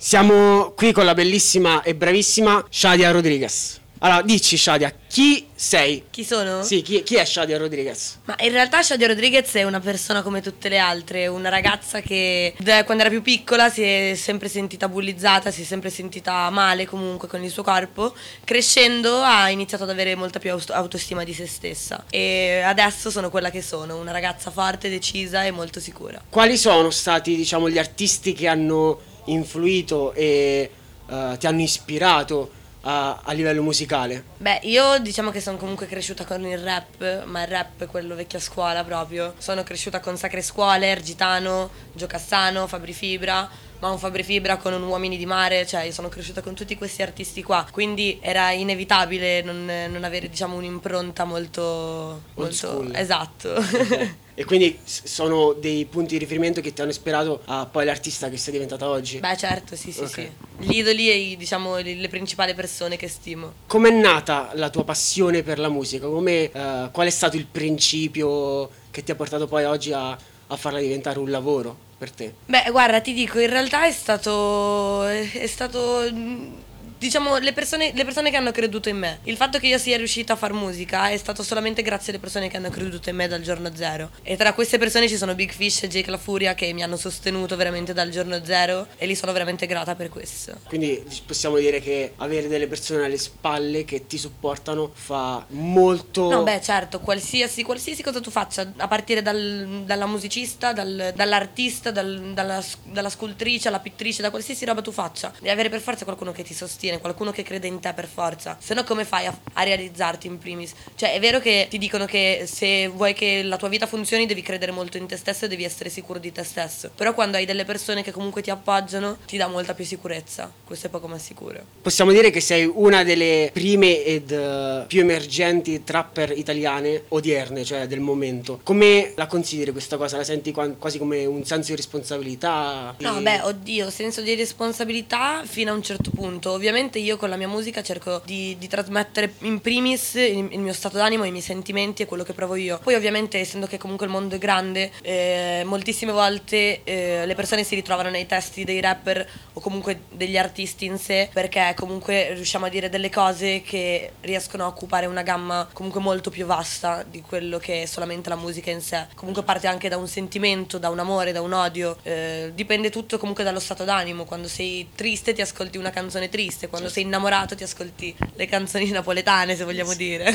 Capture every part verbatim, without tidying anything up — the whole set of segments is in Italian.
Siamo qui con la bellissima e bravissima Shadia Rodriguez. Allora, dici Shadia, chi sei? Chi sono? Sì, chi, chi è Shadia Rodriguez? Ma in realtà Shadia Rodriguez è una persona come tutte le altre, una ragazza che da quando era più piccola si è sempre sentita bullizzata, si è sempre sentita male comunque con il suo corpo. Crescendo ha iniziato ad avere molta più autostima di se stessa e adesso sono quella che sono, una ragazza forte, decisa e molto sicura. Quali sono stati, diciamo, gli artisti che hanno influito e uh, ti hanno ispirato a, a livello musicale? Beh, io diciamo che sono comunque cresciuta con il rap, ma il rap è quello vecchia scuola proprio. Sono cresciuta con Sacre Scuole, Ergitano, Gio Cassano, Fabri Fibra, ma un Fabri Fibra con un Uomini di Mare, cioè io sono cresciuta con tutti questi artisti qua, quindi era inevitabile non, non avere, diciamo, un'impronta molto... molto esatto. Okay. E quindi sono dei punti di riferimento che ti hanno ispirato a poi l'artista che sei diventata oggi? Beh certo, sì sì Okay. sì. Gli idoli e diciamo le, le principali persone che stimo. Com'è nata la tua passione per la musica? Come, uh, qual è stato il principio che ti ha portato poi oggi a, a farla diventare un lavoro per te? Beh, guarda, ti dico, in realtà è stato, è stato, diciamo, le persone, le persone che hanno creduto in me. Il fatto che io sia riuscita a far musica è stato solamente grazie alle persone che hanno creduto in me dal giorno zero. E tra queste persone ci sono Big Fish e Jake La Furia che mi hanno sostenuto veramente dal giorno zero e li sono veramente grata per questo. Quindi possiamo dire che avere delle persone alle spalle che ti supportano fa molto... No, beh, certo, qualsiasi, qualsiasi cosa tu faccia, a partire dal, dalla musicista, dal, dall'artista, dal, dalla, dalla scultrice, alla pittrice, da qualsiasi roba tu faccia, devi avere per forza qualcuno che ti sostiene, qualcuno che crede in te per forza, se no come fai a, a realizzarti in primis? Cioè è vero che ti dicono che se vuoi che la tua vita funzioni devi credere molto in te stesso e devi essere sicuro di te stesso, però quando hai delle persone che comunque ti appoggiano ti dà molta più sicurezza, questo è poco ma sicuro. Possiamo dire che sei una delle prime ed uh, più emergenti trapper italiane odierne, cioè del momento. Come la consideri questa cosa? La senti qua- quasi come un senso di responsabilità? No, beh, oddio, senso di responsabilità fino a un certo punto. Ovviamente io con la mia musica cerco di, di trasmettere in primis il, il mio stato d'animo, i miei sentimenti e quello che provo io. Poi ovviamente, essendo che comunque il mondo è grande, eh, moltissime volte eh, le persone si ritrovano nei testi dei rapper o comunque degli artisti in sé, perché comunque riusciamo a dire delle cose che riescono a occupare una gamma comunque molto più vasta di quello che è solamente la musica in sé. Comunque parte anche da un sentimento, da un amore, da un odio, eh, dipende tutto comunque dallo stato d'animo. Quando sei triste ti ascolti una canzone triste, quando sei innamorato ti ascolti le canzoni napoletane, se vogliamo dire.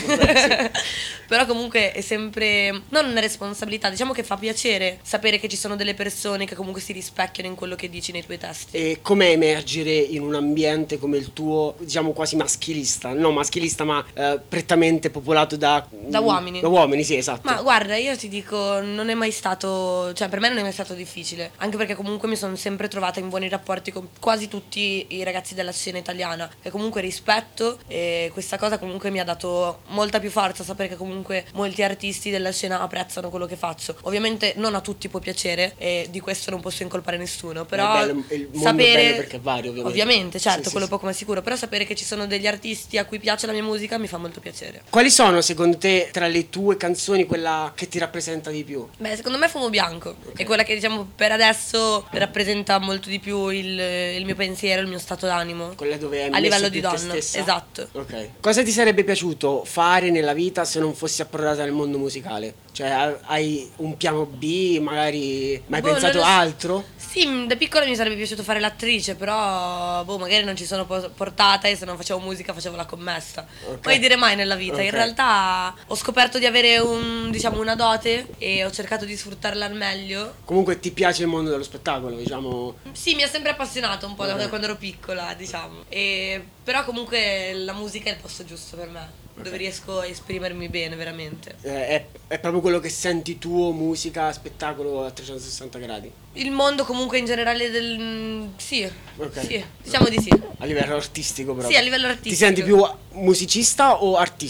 Però comunque è sempre non una responsabilità, diciamo che fa piacere sapere che ci sono delle persone che comunque si rispecchiano in quello che dici nei tuoi testi. E com'è emergere in un ambiente come il tuo, diciamo quasi maschilista, no maschilista ma eh, prettamente popolato da... Da uomini. Da uomini, sì, esatto. Ma guarda, io ti dico, non è mai stato, cioè per me non è mai stato difficile, anche perché comunque mi sono sempre trovata in buoni rapporti con quasi tutti i ragazzi della scena italiana, che comunque rispetto, e questa cosa comunque mi ha dato molta più forza, sapere che comunque molti artisti della scena apprezzano quello che faccio. Ovviamente non a tutti può piacere e di questo non posso incolpare nessuno, però è bello, il mondo sapere, è bello perché è vario, ovviamente. Ovviamente, certo, Sì, quello sì, poco ma sicuro, però sapere che ci sono degli artisti a cui piace la mia musica mi fa molto piacere. Quali sono secondo te tra le tue canzoni quella che ti rappresenta di più? Beh, secondo me Fumo Bianco, Okay. è quella che diciamo per adesso rappresenta molto di più il, il mio pensiero, il mio stato d'animo. Quella dove hai a livello messo di più te donna, stessa? esatto. Ok. Cosa ti sarebbe piaciuto fare nella vita se non fossi approdata nel mondo musicale? Cioè ha- hai un piano B, magari mai Boh, pensato non lo so. altro? Sì, da piccola mi sarebbe piaciuto fare l'attrice, però boh, magari non ci sono po- portata e se non facevo musica facevo la commessa. Ok. Mai dire mai nella vita. Ok. In realtà ho scoperto di avere un, diciamo, una dote e ho cercato di sfruttarla al meglio. Comunque ti piace il mondo dello spettacolo, diciamo? Sì, mi ha sempre appassionato un po' da Ok. quando ero piccola, diciamo. E, però comunque la musica è il posto giusto per me, dove riesco a esprimermi bene, veramente. Eh, è, è proprio quello che senti tuo, musica, spettacolo a trecentosessanta gradi. Il mondo comunque in generale del... sì, Ok. sì, diciamo di sì. A livello artistico proprio. Sì, a livello artistico. Ti senti più musicista o artista?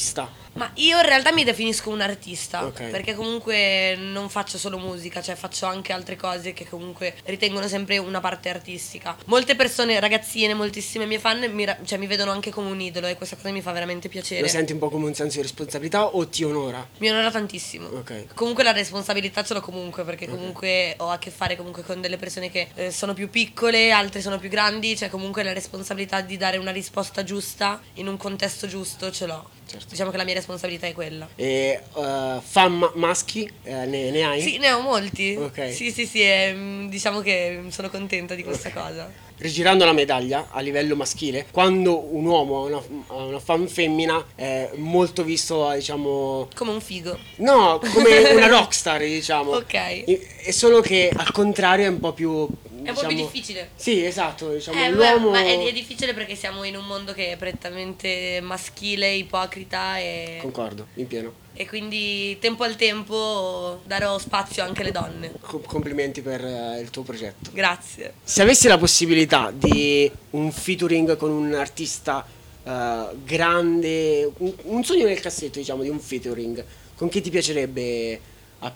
Ma io in realtà mi definisco un artista, Ok. perché comunque non faccio solo musica, cioè faccio anche altre cose che comunque ritengono sempre una parte artistica. Molte persone, ragazzine, moltissime mie fan mi, ra- cioè, mi vedono anche come un idolo e questa cosa mi fa veramente piacere. Lo senti un po' come un senso di responsabilità o ti onora? Mi onora tantissimo. Ok. Comunque la responsabilità ce l'ho comunque, perché comunque ho a che fare comunque con delle persone che eh, sono più piccole, altre sono più grandi, cioè comunque la responsabilità di dare una risposta giusta in un contesto giusto ce l'ho. Certo. Diciamo che la mia responsabilità è quella. E uh, fan ma- maschi eh, ne, ne hai? Sì, ne ho molti. Ok. Sì, sì, sì, e, mm, diciamo che sono contenta di questa cosa. Rigirando la medaglia a livello maschile, quando un uomo ha una, ha una fan femmina è molto visto, diciamo... Come un figo. No, come una rockstar, diciamo. Ok. E- È solo che al contrario è un po' più... È un po' più difficile. Sì, esatto, diciamo, Eh, vabbè, l'uomo... ma è, è difficile perché siamo in un mondo che è prettamente maschile, ipocrita e, Concordo, in pieno. e quindi tempo al tempo darò spazio anche alle donne. Com- complimenti per eh, il tuo progetto. Grazie. Se avessi la possibilità di un featuring con un artista eh, grande, un, un sogno nel cassetto, diciamo, di un featuring, con chi ti piacerebbe a-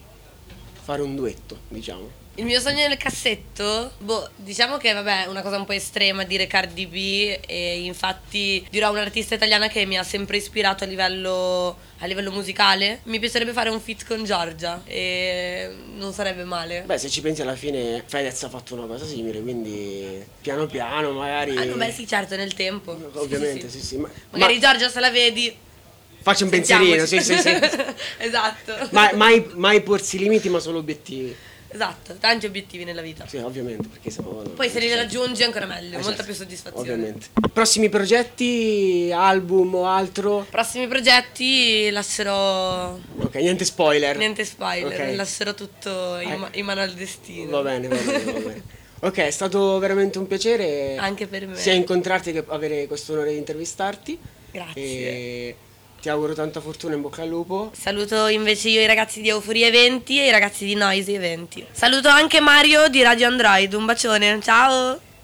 fare un duetto, diciamo? Il mio sogno nel cassetto, boh, diciamo che vabbè è una cosa un po' estrema dire Cardi B e infatti dirò un'artista italiana che mi ha sempre ispirato a livello, a livello musicale. Mi piacerebbe fare un feat con Giorgia e non sarebbe male. Beh, se ci pensi alla fine Fedez ha fatto una cosa simile, quindi piano piano magari... Ah, no, beh sì, certo, nel tempo. Sì, Ovviamente, sì, sì, sì. Ma, Magari ma Giorgia se la vedi. faccia un pensierino, sì, sì, sentiamoci. sì. Esatto. Ma, mai, mai porsi limiti, ma solo obiettivi. Esatto, tanti obiettivi nella vita. Sì, ovviamente, perché sennò... no, Poi se non li ci sei. raggiungi ancora meglio, Eh, molta certo, più soddisfazione. Ovviamente. Prossimi progetti, album o altro? Prossimi progetti lascerò Ok, niente spoiler. niente spoiler, Ok. lascerò tutto in, Eh. ma- in mano al destino. Va bene, va bene, va bene. Ok, è stato veramente un piacere Anche per me. sia incontrarti che avere questo onore di intervistarti. Grazie. E ti auguro tanta fortuna, in bocca al lupo. Saluto invece io i ragazzi di Euforia Eventi e i ragazzi di Noisy Eventi. Saluto anche Mario di Radio Android, un bacione, ciao!